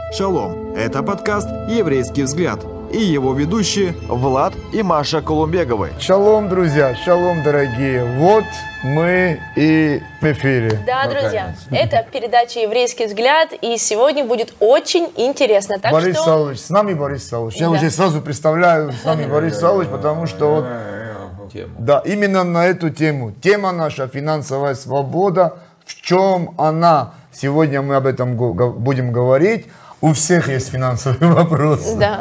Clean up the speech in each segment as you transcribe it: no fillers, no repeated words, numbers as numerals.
Шалом! Это подкаст «Еврейский взгляд» и его ведущие Влад и Маша Колумбеговы. Шалом, друзья! Шалом, дорогие! Вот мы и в эфире. Да, друзья, это передача «Еврейский взгляд», и сегодня будет очень интересно. Так Борис что... Саулович, с нами Борис Саулович. Я уже сразу представляю с нами Борис Саулович, потому что вот, да, именно на эту тему. Тема наша — финансовая свобода. В чем она? Сегодня мы об этом будем говорить. У всех есть финансовый вопрос. Да.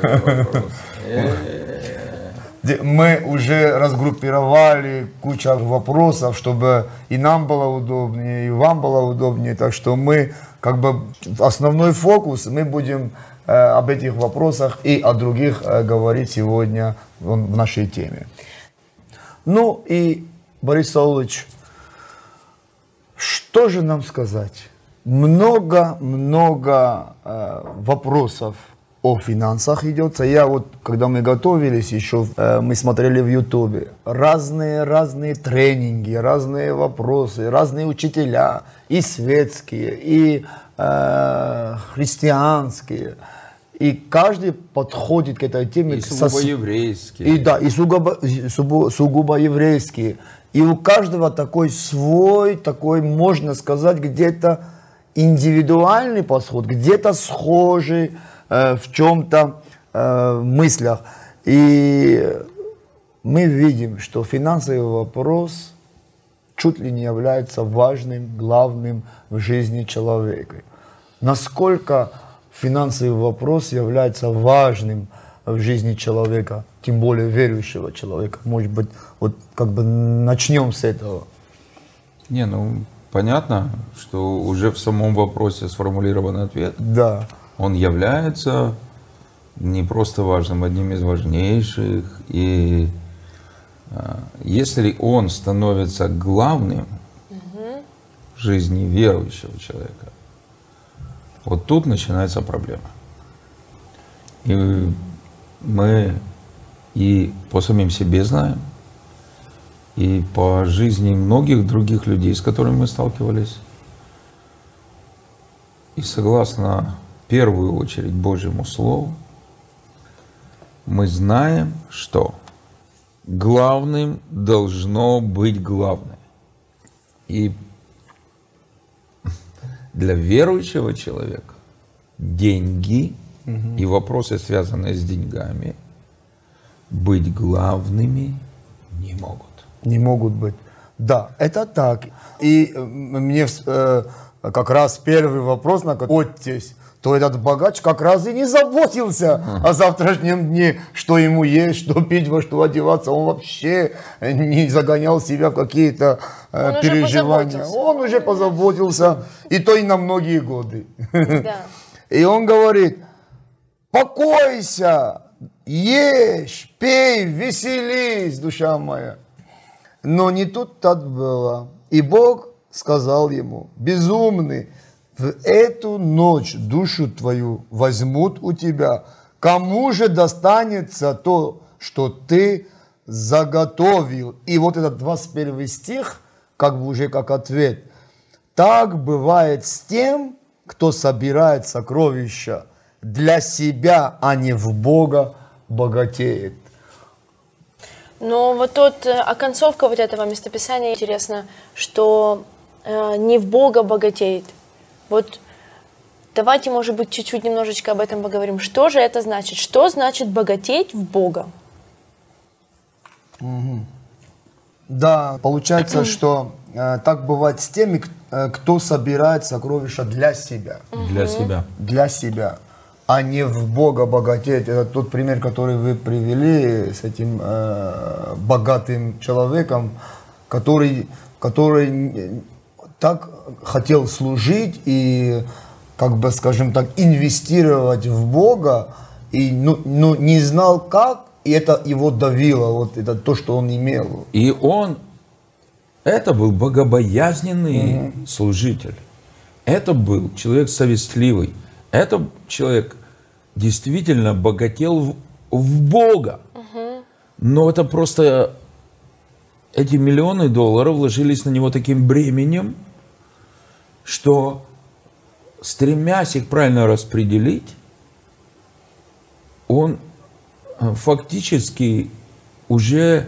Мы уже разгруппировали кучу вопросов, чтобы и нам было удобнее, и вам было удобнее. Так что мы, как бы, основной фокус, мы будем об этих вопросах и о других говорить сегодня в нашей теме. Ну и, Борис Саулович, что же нам сказать? Много вопросов о финансах идется. Я вот, когда мы готовились, еще мы смотрели в Ютубе разные тренинги, разные вопросы, разные учителя, и светские, и христианские. И каждый подходит к этой теме. И сугубо еврейские. И да, и сугубо еврейские. И у каждого такой свой, такой, можно сказать, где-то индивидуальный подход, где-то схожий в чем-то мыслях. И мы видим, что финансовый вопрос чуть ли не является важным, главным в жизни человека. Насколько финансовый вопрос является важным в жизни человека, тем более верующего человека? Может быть, вот как бы начнем с этого. Не, ну понятно, что уже в самом вопросе сформулирован ответ. Да. Он является не просто важным, одним из важнейших. И если он становится главным в жизни верующего человека, вот тут начинается проблема. И мы и по самим себе знаем, и по жизни многих других людей, с которыми мы сталкивались, и согласно в первую очередь Божьему Слову, мы знаем, что главным должно быть главное. И для верующего человека деньги и вопросы, связанные с деньгами, быть главными не могут. Не могут быть. Да, это так. И мне как раз первый вопрос, на оттесь, то этот богач как раз и не заботился о завтрашнем дне, что ему есть, что пить, во что одеваться. Он вообще не загонял себя в какие-то переживания. Он уже позаботился, и то и на многие годы. Да. И он говорит: покойся, ешь, пей, веселись, душа моя. Но не тут-то было. И Бог сказал ему: безумный, в эту ночь душу твою возьмут у тебя. Кому же достанется то, что ты заготовил? И вот этот 21 стих, как бы уже как ответ. Так бывает с тем, кто собирает сокровища для себя, а не в Бога богатеет. Но вот тут оконцовка вот этого местописания интересно, что не в Бога богатеет. Вот давайте, может быть, чуть-чуть немножечко об этом поговорим. Что же это значит? Что значит богатеть в Бога? Да, получается, что так бывает с теми, кто собирает сокровища для себя. Для себя. Для себя, а не в Бога богатеть. Это тот пример, который вы привели с этим богатым человеком, который так хотел служить и, как бы, скажем так, инвестировать в Бога, и не знал как, и это его давило, вот это то, что он имел. И это был богобоязненный служитель. Это был человек совестливый. Это человек действительно богател в Бога. Но это просто эти миллионы долларов ложились на него таким бременем, что стремясь их правильно распределить, он фактически уже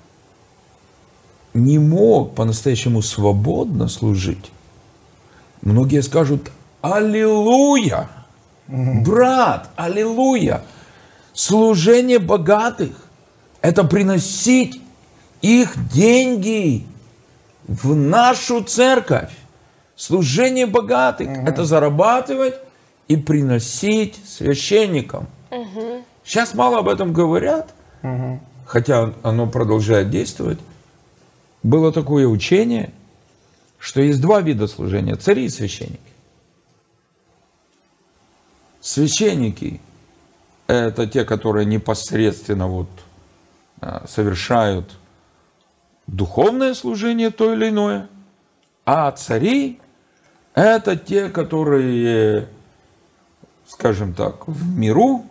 не мог по-настоящему свободно служить. Многие скажут: аллилуйя, брат, аллилуйя. Служение богатых – это приносить их деньги в нашу церковь. Служение богатых – это зарабатывать и приносить священникам. Сейчас мало об этом говорят, хотя оно продолжает действовать. Было такое учение, что есть два вида служения – цари и священники. Священники – это те, которые непосредственно совершают духовное служение то или иное, а цари – это те, которые, скажем так, в миру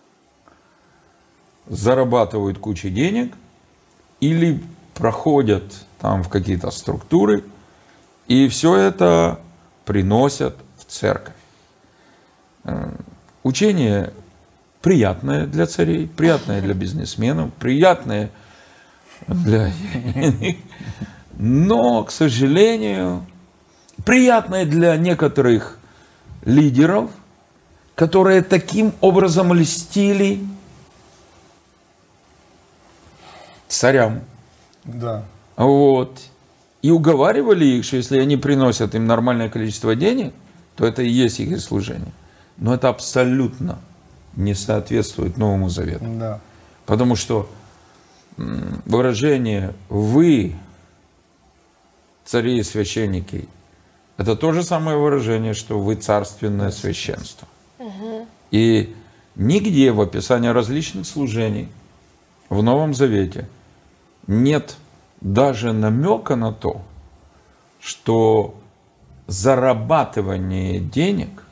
зарабатывают кучу денег или проходят там в какие-то структуры, и все это приносят в церковь. Учение приятное для царей, приятное для бизнесменов, приятное для... Но, к сожалению, приятное для некоторых лидеров, которые таким образом льстили царям. Да. И уговаривали их, что если они приносят им нормальное количество денег, то это и есть их служение. Но это абсолютно не соответствует Новому Завету. Да. Потому что выражение «вы, цари и священники», это то же самое выражение, что «вы царственное священство». И нигде в описании различных служений в Новом Завете нет даже намека на то, что зарабатывание денег,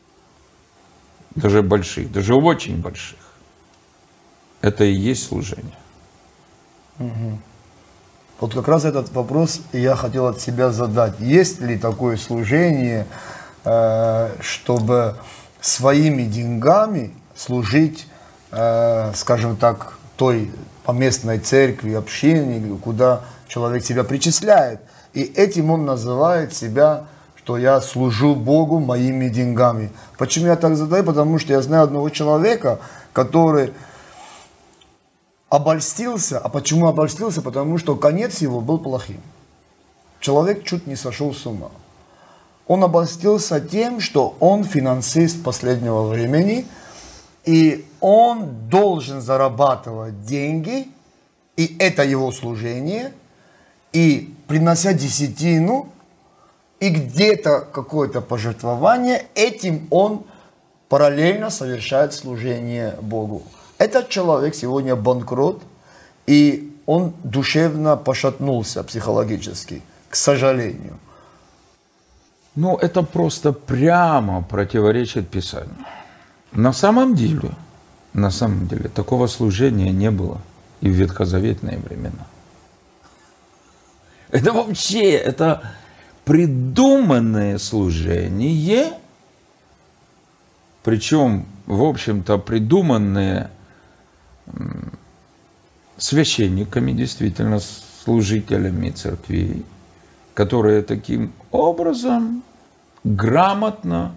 даже больших, даже очень больших, это и есть служение. Вот как раз этот вопрос я хотел от себя задать. Есть ли такое служение, чтобы своими деньгами служить, скажем так, той поместной церкви, общине, куда человек себя причисляет. И этим он называет себя, что я служу Богу моими деньгами. Почему я так задаю? Потому что я знаю одного человека, который обольстился. А почему обольстился? Потому что конец его был плохим. Человек чуть не сошел с ума. Он обольстился тем, что он финансист последнего времени, и он должен зарабатывать деньги, и это его служение, и принося десятину, и где-то какое-то пожертвование, этим он параллельно совершает служение Богу. Этот человек сегодня банкрот, и он душевно пошатнулся психологически, к сожалению. Ну, это просто прямо противоречит Писанию. На самом деле, такого служения не было и в ветхозаветные времена. Это вообще, это придуманное служение, причем, в общем-то, придуманное священниками, действительно, служителями церквей, которые таким образом грамотно,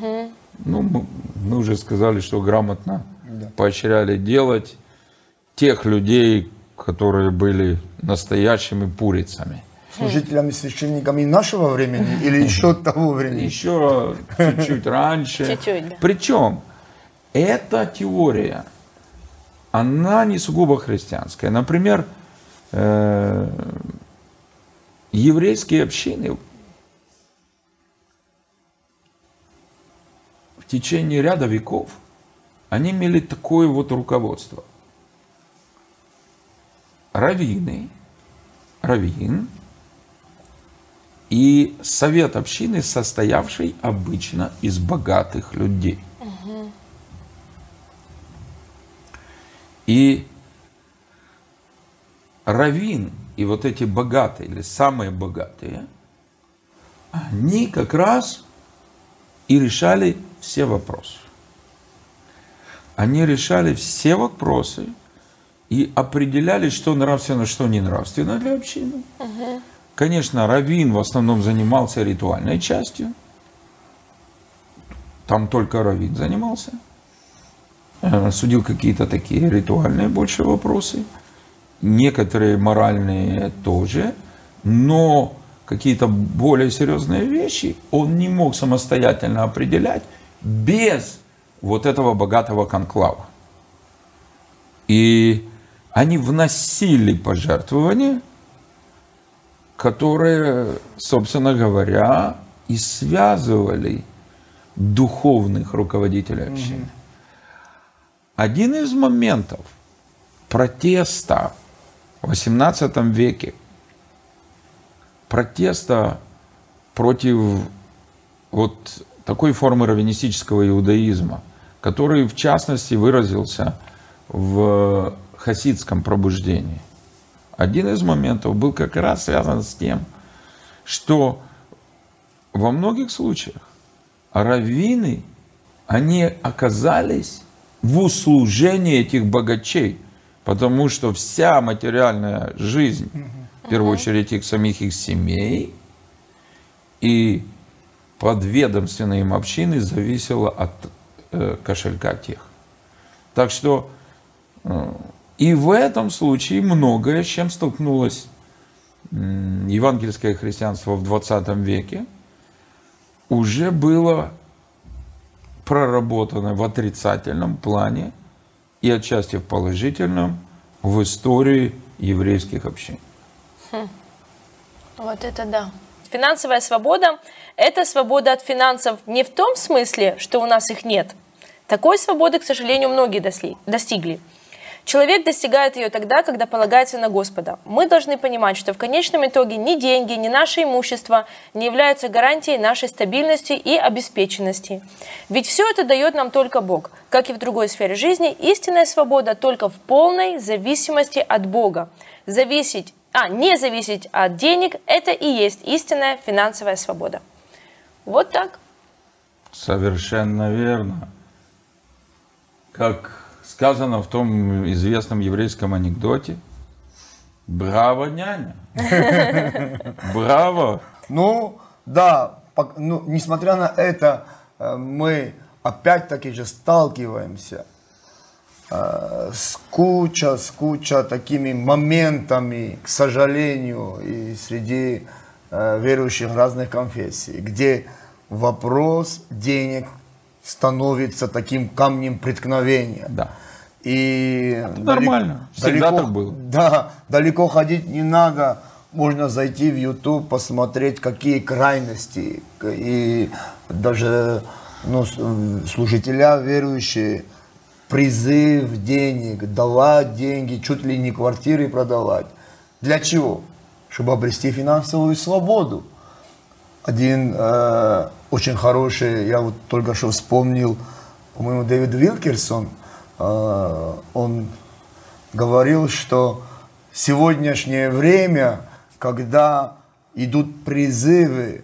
мы уже сказали, что грамотно поощряли делать тех людей, которые были настоящими пурицами. Служителями, священниками нашего времени или еще того времени? Еще чуть-чуть раньше. Чуть-чуть, да. Причем эта теория, она не сугубо христианская. Например, еврейские общины в течение ряда веков они имели такое вот руководство. Раввин и совет общины, состоявший обычно из богатых людей. И раввин и вот эти богатые, или самые богатые, они как раз и решали все вопросы. Они решали все вопросы и определяли, что нравственно, что не нравственно для общины. Конечно, раввин в основном занимался ритуальной частью. Там только раввин занимался. Судил какие-то такие ритуальные больше вопросы. Некоторые моральные тоже. Но какие-то более серьезные вещи он не мог самостоятельно определять без вот этого богатого конклава. И они вносили пожертвования, которые, собственно говоря, и связывали духовных руководителей общины. Один из моментов протеста в XVIII веке, протеста против вот такой формы раввинистического иудаизма, который в частности выразился в хасидском пробуждении. Один из моментов был как раз связан с тем, что во многих случаях раввины, они оказались в услужении этих богачей, потому что вся материальная жизнь, в первую очередь их самих их семей и подведомственной им общины зависела от кошелька тех. Так что и в этом случае многое, с чем столкнулось евангельское христианство в 20 веке, уже было проработано в отрицательном плане и отчасти в положительном в истории еврейских общин. Вот это да. Финансовая свобода – это свобода от финансов не в том смысле, что у нас их нет. Такой свободы, к сожалению, многие достигли. Человек достигает ее тогда, когда полагается на Господа. Мы должны понимать, что в конечном итоге ни деньги, ни наше имущество не являются гарантией нашей стабильности и обеспеченности. Ведь все это дает нам только Бог. Как и в другой сфере жизни, истинная свобода только в полной зависимости от Бога. Не зависеть от денег – это и есть истинная финансовая свобода. Вот так. Совершенно верно. Как сказано в том известном еврейском анекдоте: «Браво, няня!» Браво! Ну, да, несмотря на это, мы опять-таки же сталкиваемся с куча такими моментами, к сожалению, и среди верующих разных конфессий, где вопрос денег становится таким камнем преткновения. Да. И это нормально. Всегда так было. Да, далеко ходить не надо. Можно зайти в YouTube, посмотреть, какие крайности. И даже служителя верующие, призыв денег, давать деньги, чуть ли не квартиры продавать. Для чего? Чтобы обрести финансовую свободу. Один очень хороший, я вот только что вспомнил, по-моему, Дэвид Вилкерсон, он говорил, что сегодняшнее время, когда идут призывы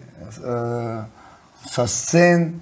со сцен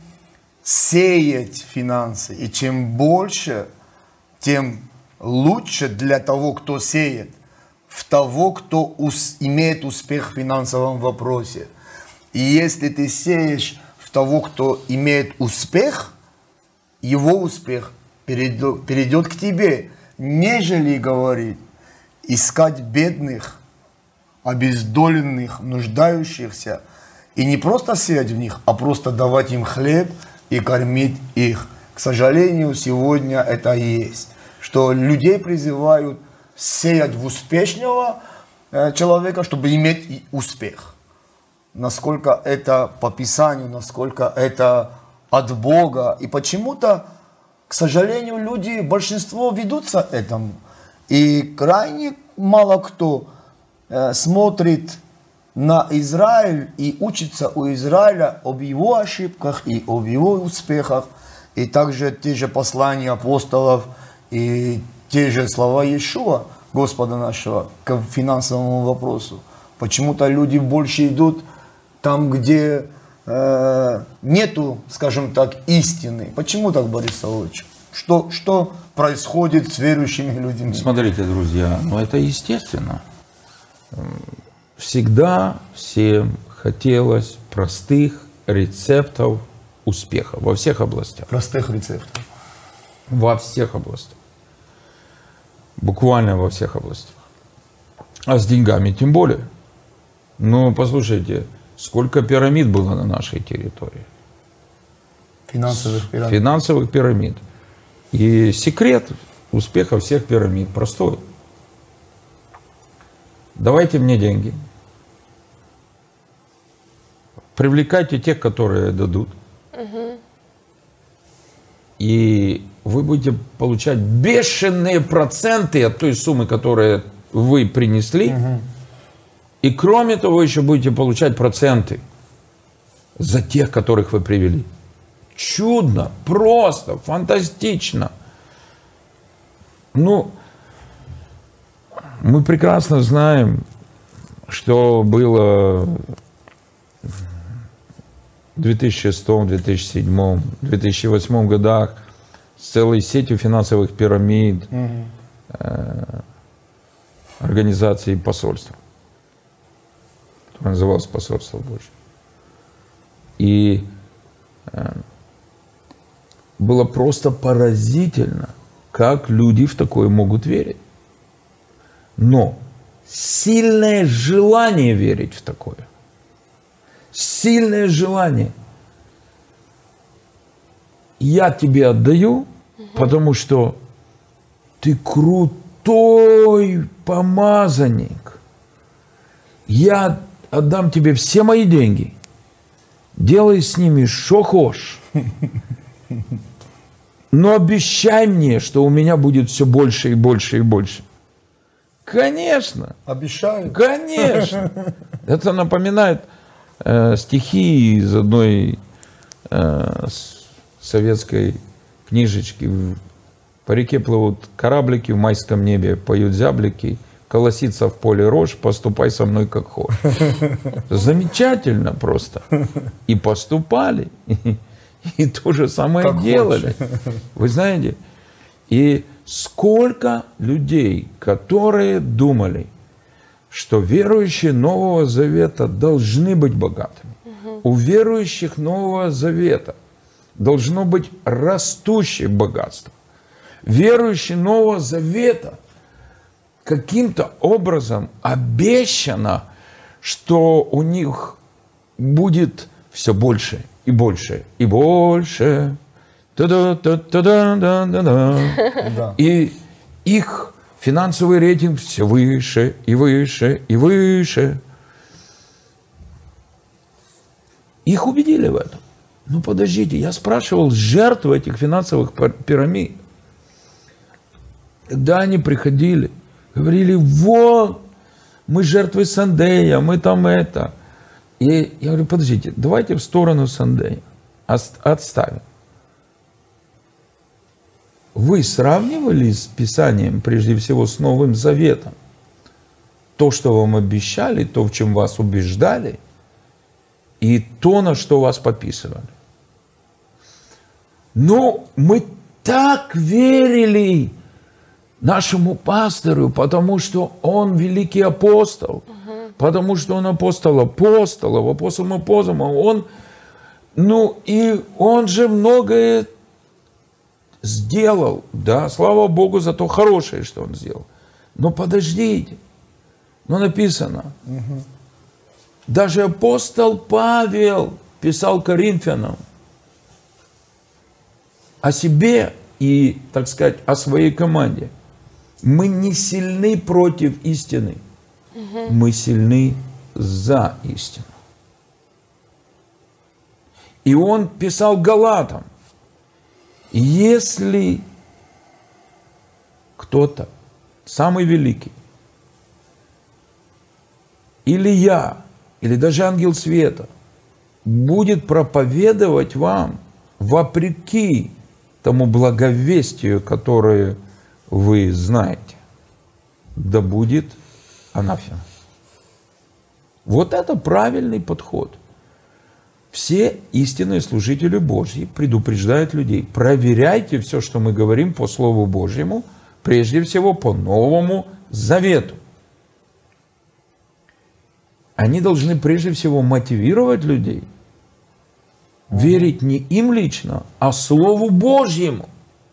сеять финансы, и чем больше, тем лучше для того, кто сеет, в того, кто имеет успех в финансовом вопросе. И если ты сеешь в того, кто имеет успех, его успех перейдет к тебе, нежели, говорит, искать бедных, обездоленных, нуждающихся, и не просто сеять в них, а просто давать им хлеб и кормить их. К сожалению, сегодня это и есть, что людей призывают сеять в успешного человека, чтобы иметь успех. Насколько это по Писанию, насколько это от Бога. И почему-то, к сожалению, люди, большинство ведутся этому. И крайне мало кто смотрит на Израиль и учится у Израиля об его ошибках и об его успехах. И также те же послания апостолов и те же слова Иешуа, Господа нашего, к финансовому вопросу. Почему-то люди больше идут там, где нету, скажем так, истины. Почему так, Борис Савлович? Что происходит с верующими людьми? Смотрите, друзья, ну это естественно. Всегда всем хотелось простых рецептов успеха во всех областях. Простых рецептов. Во всех областях. Буквально во всех областях. А с деньгами тем более. Ну, послушайте, сколько пирамид было на нашей территории? Финансовых пирамид. Финансовых пирамид. И секрет успеха всех пирамид простой. Давайте мне деньги. Привлекайте тех, которые дадут. И вы будете получать бешеные проценты от той суммы, которую вы принесли. И кроме того, еще будете получать проценты за тех, которых вы привели. Чудно, просто, фантастично. Ну, мы прекрасно знаем, что было в 2006, 2007, 2008 годах с целой сетью финансовых пирамид, организаций посольства, которое называлось Посольство Божье. И было просто поразительно, как люди в такое могут верить. Но сильное желание верить в такое, сильное желание. Я тебе отдаю, потому что ты крутой помазанник. Я отдам тебе все мои деньги. Делай с ними, что хочешь. Но обещай мне, что у меня будет все больше и больше и больше. Конечно. Обещаю. Конечно. Это напоминает стихи из одной советской книжечки. По реке плывут кораблики, в майском небе поют зяблики, колосится в поле рожь, поступай со мной как хочешь. Замечательно просто. И поступали, и то же самое как делали. хочешь. Вы знаете, и сколько людей, которые думали, что верующие Нового Завета должны быть богатыми. У верующих Нового Завета должно быть растущее богатство. Верующие Нового Завета каким-то образом обещано, что у них будет все больше и больше и больше. Да. И их финансовый рейтинг все выше и выше и выше. Их убедили в этом. Ну подождите, я спрашивал жертв этих финансовых пирамид. Когда они приходили, говорили, вот, мы жертвы Сандея, мы там это. И я говорю, подождите, давайте в сторону Сандея отставим. Вы сравнивали с Писанием, прежде всего, с Новым Заветом? То, что вам обещали, то, в чем вас убеждали, и то, на что вас подписывали. Но мы так верили нашему пастору, потому что он великий апостол, потому что он апостол апостолов, апостол апостолов, он, ну и он же многое сделал, да, слава Богу за то хорошее, что он сделал. Но подождите, но написано, даже апостол Павел писал Коринфянам о себе и, так сказать, о своей команде. Мы не сильны против истины, мы сильны за истину. И он писал Галатам, если кто-то, самый великий, или я, или даже ангел света, будет проповедовать вам вопреки тому благовестию, которое вы знаете, да будет анафема. Вот это правильный подход. Все истинные служители Божьи предупреждают людей: проверяйте все, что мы говорим по Слову Божьему, прежде всего по Новому Завету. Они должны прежде всего мотивировать людей верить не им лично, а Слову Божьему.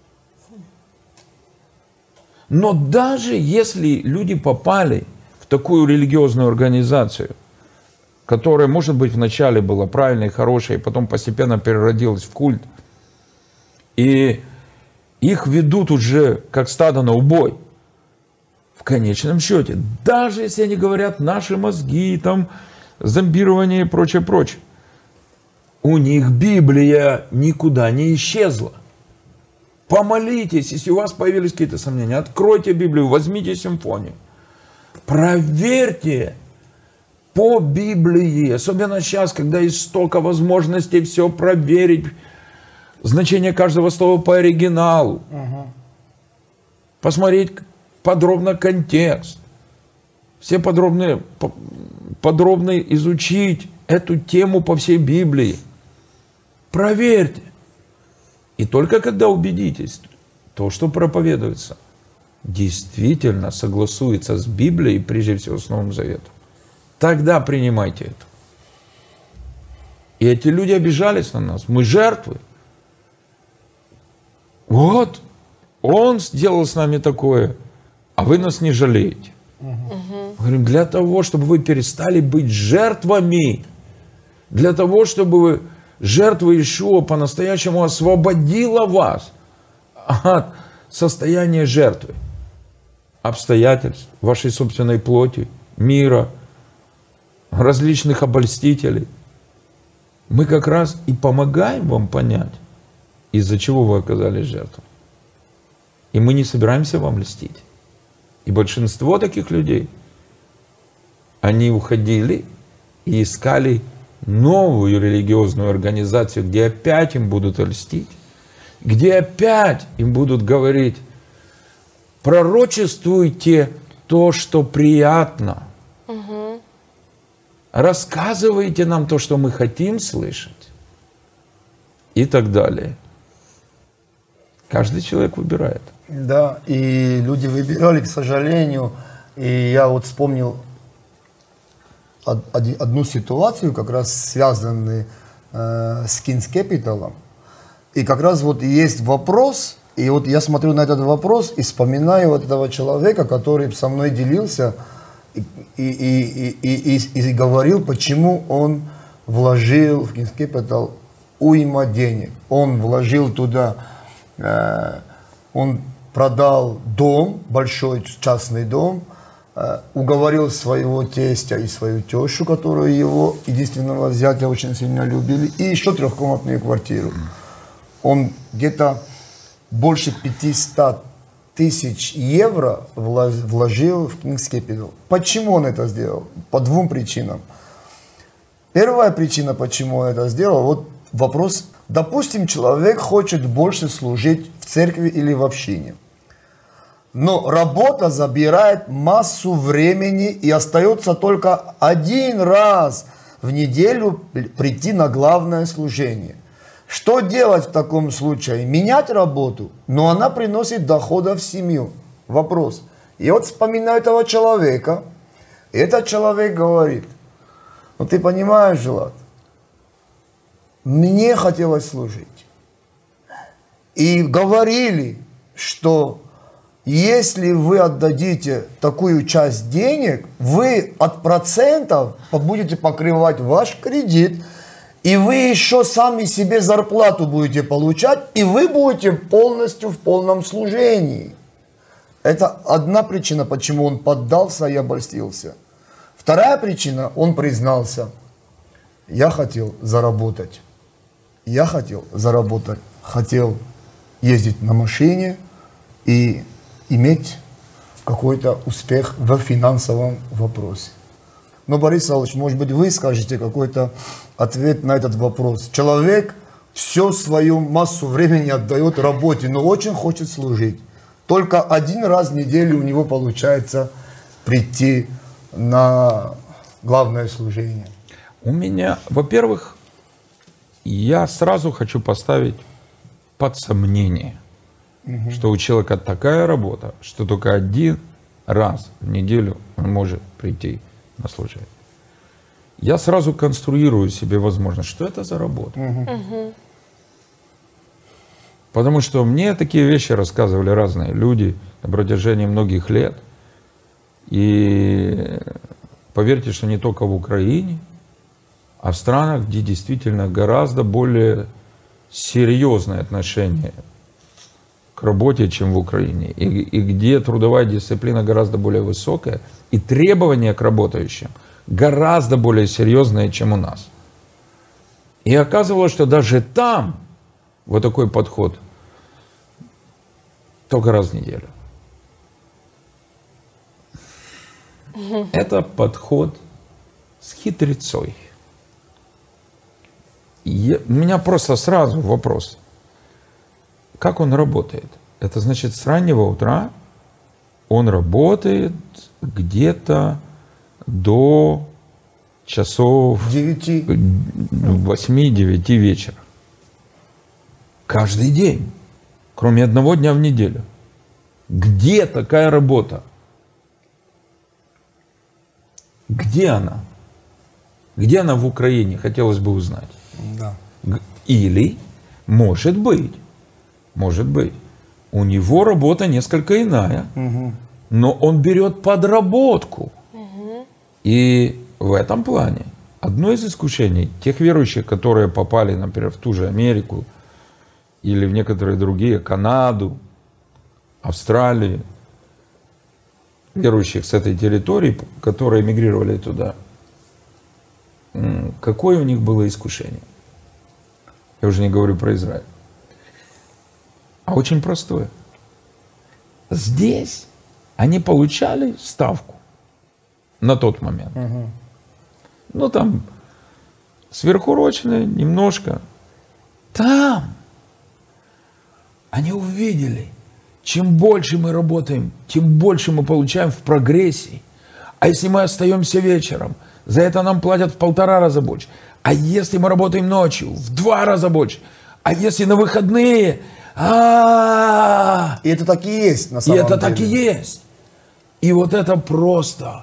Но даже если люди попали в такую религиозную организацию, которая, может быть, вначале была правильной, хорошей, и потом постепенно переродилась в культ, и их ведут уже как стадо на убой, в конечном счете, даже если они говорят наши мозги, там, зомбирование и прочее, прочее, у них Библия никуда не исчезла. Помолитесь, если у вас появились какие-то сомнения, откройте Библию, возьмите симфонию, проверьте по Библии, особенно сейчас, когда есть столько возможностей все проверить, значение каждого слова по оригиналу, посмотреть подробно контекст, все подробно изучить эту тему по всей Библии. Проверьте. И только когда убедитесь, то, что проповедуется, действительно согласуется с Библией, прежде всего с Новым Заветом, тогда принимайте это. И эти люди обижались на нас. Мы жертвы. Вот, он сделал с нами такое, а вы нас не жалеете. Мы говорим, для того, чтобы вы перестали быть жертвами, для того, чтобы жертва Иешуа по-настоящему освободила вас от состояния жертвы, обстоятельств, вашей собственной плоти, мира, различных обольстителей. Мы как раз и помогаем вам понять, из-за чего вы оказались жертвой. И мы не собираемся вам льстить. И большинство таких людей, они уходили и искали новую религиозную организацию, где опять им будут льстить, где опять им будут говорить: пророчествуйте то, что приятно, рассказывайте нам то, что мы хотим слышать, и так далее. Каждый человек выбирает. Да, и люди выбирали, к сожалению, и я вот вспомнил одну ситуацию, как раз связанную с King's Capital, и как раз вот есть вопрос, и вот я смотрю на этот вопрос и вспоминаю вот этого человека, который со мной делился и говорил, почему он вложил в King's Capital уйма денег. Он вложил туда, он продал дом, большой частный дом, уговорил своего тестя и свою тещу, которую его единственного зятя очень сильно любили, и еще трехкомнатную квартиру. Он где-то больше 500 тысяч евро вложил в King's Capital. Почему он это сделал? По двум причинам. Первая причина, почему он это сделал, вот вопрос. Допустим, человек хочет больше служить в церкви или в общине. Но работа забирает массу времени, и остается только один раз в неделю прийти на главное служение. Что делать в таком случае? Менять работу, но она приносит дохода в семью. Вопрос. И вот вспоминаю этого человека, и этот человек говорит: ну ты понимаешь, Влад, мне хотелось служить. И говорили, что если вы отдадите такую часть денег, вы от процентов будете покрывать ваш кредит, и вы еще сами себе зарплату будете получать, и вы будете полностью в полном служении. Это одна причина, почему он поддался и обольстился. Вторая причина, он признался: я хотел заработать. Я хотел заработать, хотел ездить на машине и иметь какой-то успех в финансовом вопросе. Но, Борис Савлович, может быть, вы скажете какой-то ответ на этот вопрос. Человек всю свою массу времени отдает работе, но очень хочет служить. Только один раз в неделю у него получается прийти на главное служение. У меня, во-первых, я сразу хочу поставить под сомнение, что у человека такая работа, что только один раз в неделю он может прийти на служение. Я сразу конструирую себе возможность, что это за работа. Потому что мне такие вещи рассказывали разные люди на протяжении многих лет. И поверьте, что не только в Украине, а в странах, где действительно гораздо более серьезное отношение к работе, чем в Украине, и где трудовая дисциплина гораздо более высокая, и требования к работающим гораздо более серьезные, чем у нас. И оказывалось, что даже там вот такой подход только раз в неделю. Это подход с хитрецой. У меня просто сразу вопрос. Как он работает? Это значит, с раннего утра он работает где-то до часов 8-9 вечера. Каждый день. Кроме одного дня в неделю. Где такая работа? Где она? Где она в Украине? Хотелось бы узнать. Да. Или, может быть, у него работа несколько иная, но он берет подработку. И в этом плане одно из искушений тех верующих, которые попали, например, в ту же Америку или в некоторые другие, Канаду, Австралию, верующих с этой территории, которые эмигрировали туда, какое у них было искушение? Я уже не говорю про Израиль. А очень простое. Здесь они получали ставку на тот момент. Ну, там, сверхурочные немножко. Там они увидели, чем больше мы работаем, тем больше мы получаем в прогрессии. А если мы остаемся вечером, за это нам платят в 1,5 раза больше. А если мы работаем ночью, в 2 раза больше. А если на выходные... И это так и есть, на самом деле. И это так и есть. И вот это просто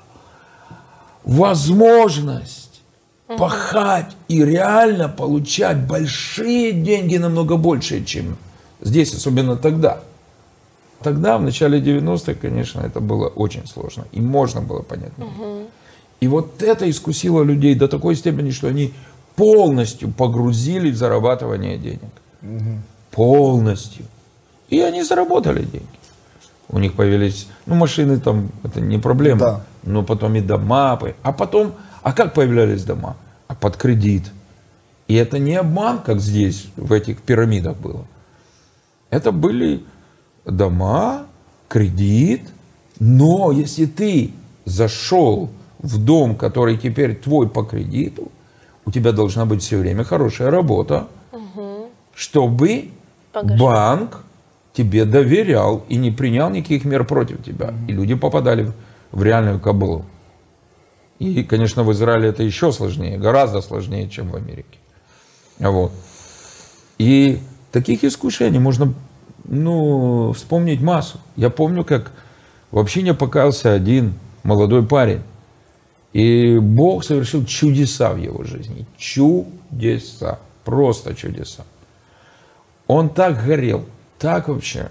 возможность пахать и реально получать большие деньги, намного больше, чем здесь, особенно тогда. Тогда, в начале 90-х, конечно, это было очень сложно. И можно было понять. И вот это искусило людей до такой степени, что они полностью погрузились в зарабатывание денег. Полностью. И они заработали деньги. У них появились, машины там, это не проблема. Да. Но потом и дома. А потом, как появлялись дома? А под кредит. И это не обман, как здесь, в этих пирамидах было. Это были дома, кредит. Но если ты зашел в дом, который теперь твой по кредиту, у тебя должна быть все время хорошая работа, чтобы банк тебе доверял и не принял никаких мер против тебя. И люди попадали в реальную кабалу. И, конечно, в Израиле это еще сложнее, гораздо сложнее, чем в Америке. Вот. И таких искушений можно вспомнить массу. Я помню, как в общине покаялся один молодой парень. И Бог совершил чудеса в его жизни. Чудеса. Просто чудеса. Он так горел, так вообще.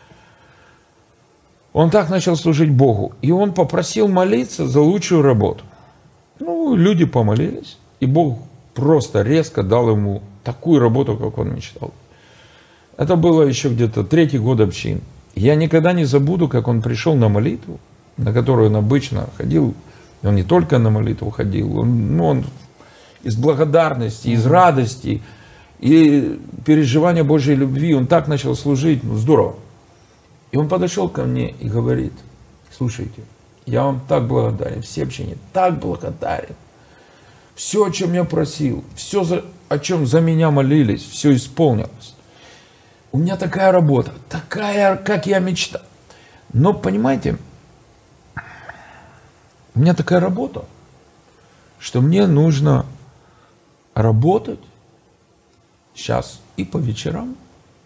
Он так начал служить Богу. И он попросил молиться за лучшую работу. Люди помолились. И Бог просто резко дал ему такую работу, как он мечтал. Это было еще где-то 3-й год общин. Я никогда не забуду, как он пришел на молитву, на которую он обычно ходил. И он не только на молитву ходил, он из благодарности, из радости и переживания Божьей любви, он так начал служить, здорово. И он подошел ко мне и говорит: слушайте, я вам так благодарен, все общине так благодарен. Все, о чем я просил, все, о чем за меня молились, все исполнилось. У меня такая работа, такая, как я мечтал. Но, понимаете, у меня такая работа, что мне нужно работать сейчас и по вечерам,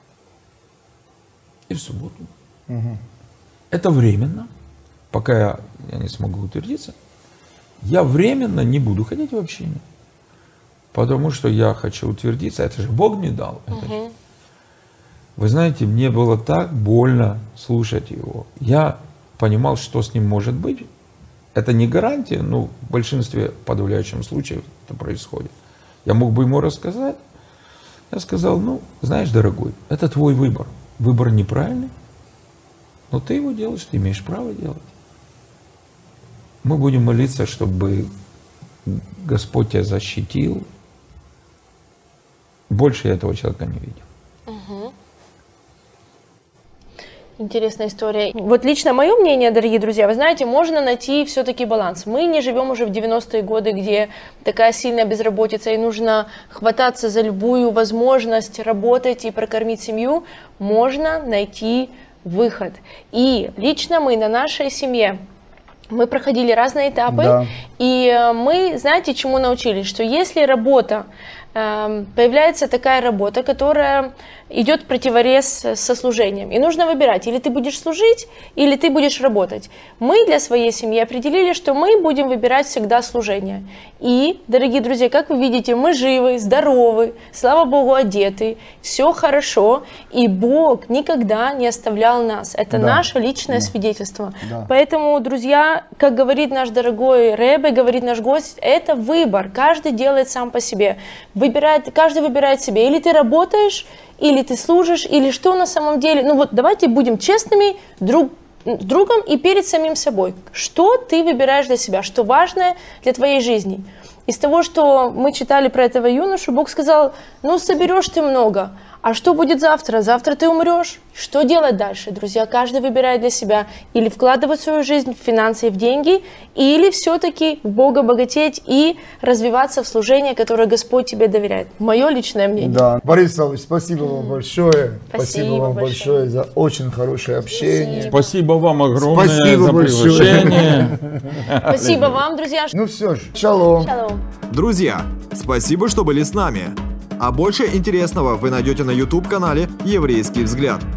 и в субботу. Это временно, пока я не смогу утвердиться. Я временно не буду ходить в общение, потому что я хочу утвердиться. Это же Бог мне дал. Вы знаете, мне было так больно слушать его. Я понимал, что с ним может быть. Это не гарантия, но в большинстве подавляющих случаев это происходит. Я мог бы ему рассказать. Я сказал, ну, знаешь, дорогой, это твой выбор. Выбор неправильный, но ты его делаешь, ты имеешь право делать. Мы будем молиться, чтобы Господь тебя защитил. Больше я этого человека не видел. Интересная история. Вот лично мое мнение, дорогие друзья, вы знаете, можно найти все-таки баланс. Мы не живем уже в 90-е годы, где такая сильная безработица, и нужно хвататься за любую возможность работать и прокормить семью. Можно найти выход. И лично мы на нашей семье, мы проходили разные этапы, Да. и мы, знаете, чему научились? Что если работа, появляется такая работа, которая идет в противорез со служением. И нужно выбирать, или ты будешь служить, или ты будешь работать. Мы для своей семьи определили, что мы будем выбирать всегда служение. И, дорогие друзья, как вы видите, мы живы, здоровы, слава Богу, одеты, все хорошо, и Бог никогда не оставлял нас. Это наше личное свидетельство. Да. Поэтому, друзья, как говорит наш дорогой Ребе, говорит наш гость, это выбор. Каждый делает сам по себе. Каждый выбирает себе. Или ты работаешь, или ты служишь, или что на самом деле. Ну вот давайте будем честными друг с другом и перед самим собой. Что ты выбираешь для себя, что важное для твоей жизни. Из того, что мы читали про этого юношу, Бог сказал, ну соберешь ты много, а что будет завтра? Завтра ты умрешь. Что делать дальше? Друзья, каждый выбирает для себя или вкладывать свою жизнь в финансы и в деньги, или все-таки в Бога богатеть и развиваться в служении, которое Господь тебе доверяет. Мое личное мнение. Да. Борис Савович, спасибо вам большое. Спасибо вам большое. большое за очень хорошее общение. Спасибо вам огромное Спасибо за большое. приглашение. Спасибо вам, друзья. Ну все ж, шалом. Шалом. Друзья, спасибо, что были с нами. А больше интересного вы найдете на YouTube-канале «Еврейский взгляд».